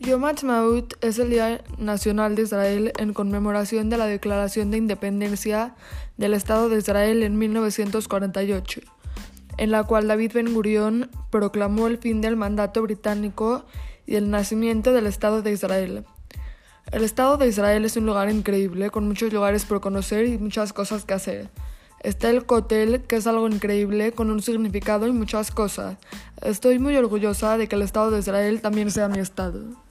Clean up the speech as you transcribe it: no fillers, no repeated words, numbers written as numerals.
Yom Ha'atzmaut es el Día Nacional de Israel en conmemoración de la Declaración de Independencia del Estado de Israel en 1948, en la cual David Ben-Gurión proclamó el fin del mandato británico y el nacimiento del Estado de Israel. El Estado de Israel es un lugar increíble, con muchos lugares por conocer y muchas cosas que hacer. Está el Kotel, que es algo increíble, con un significado y muchas cosas. Estoy muy orgullosa de que el Estado de Israel también sea mi estado.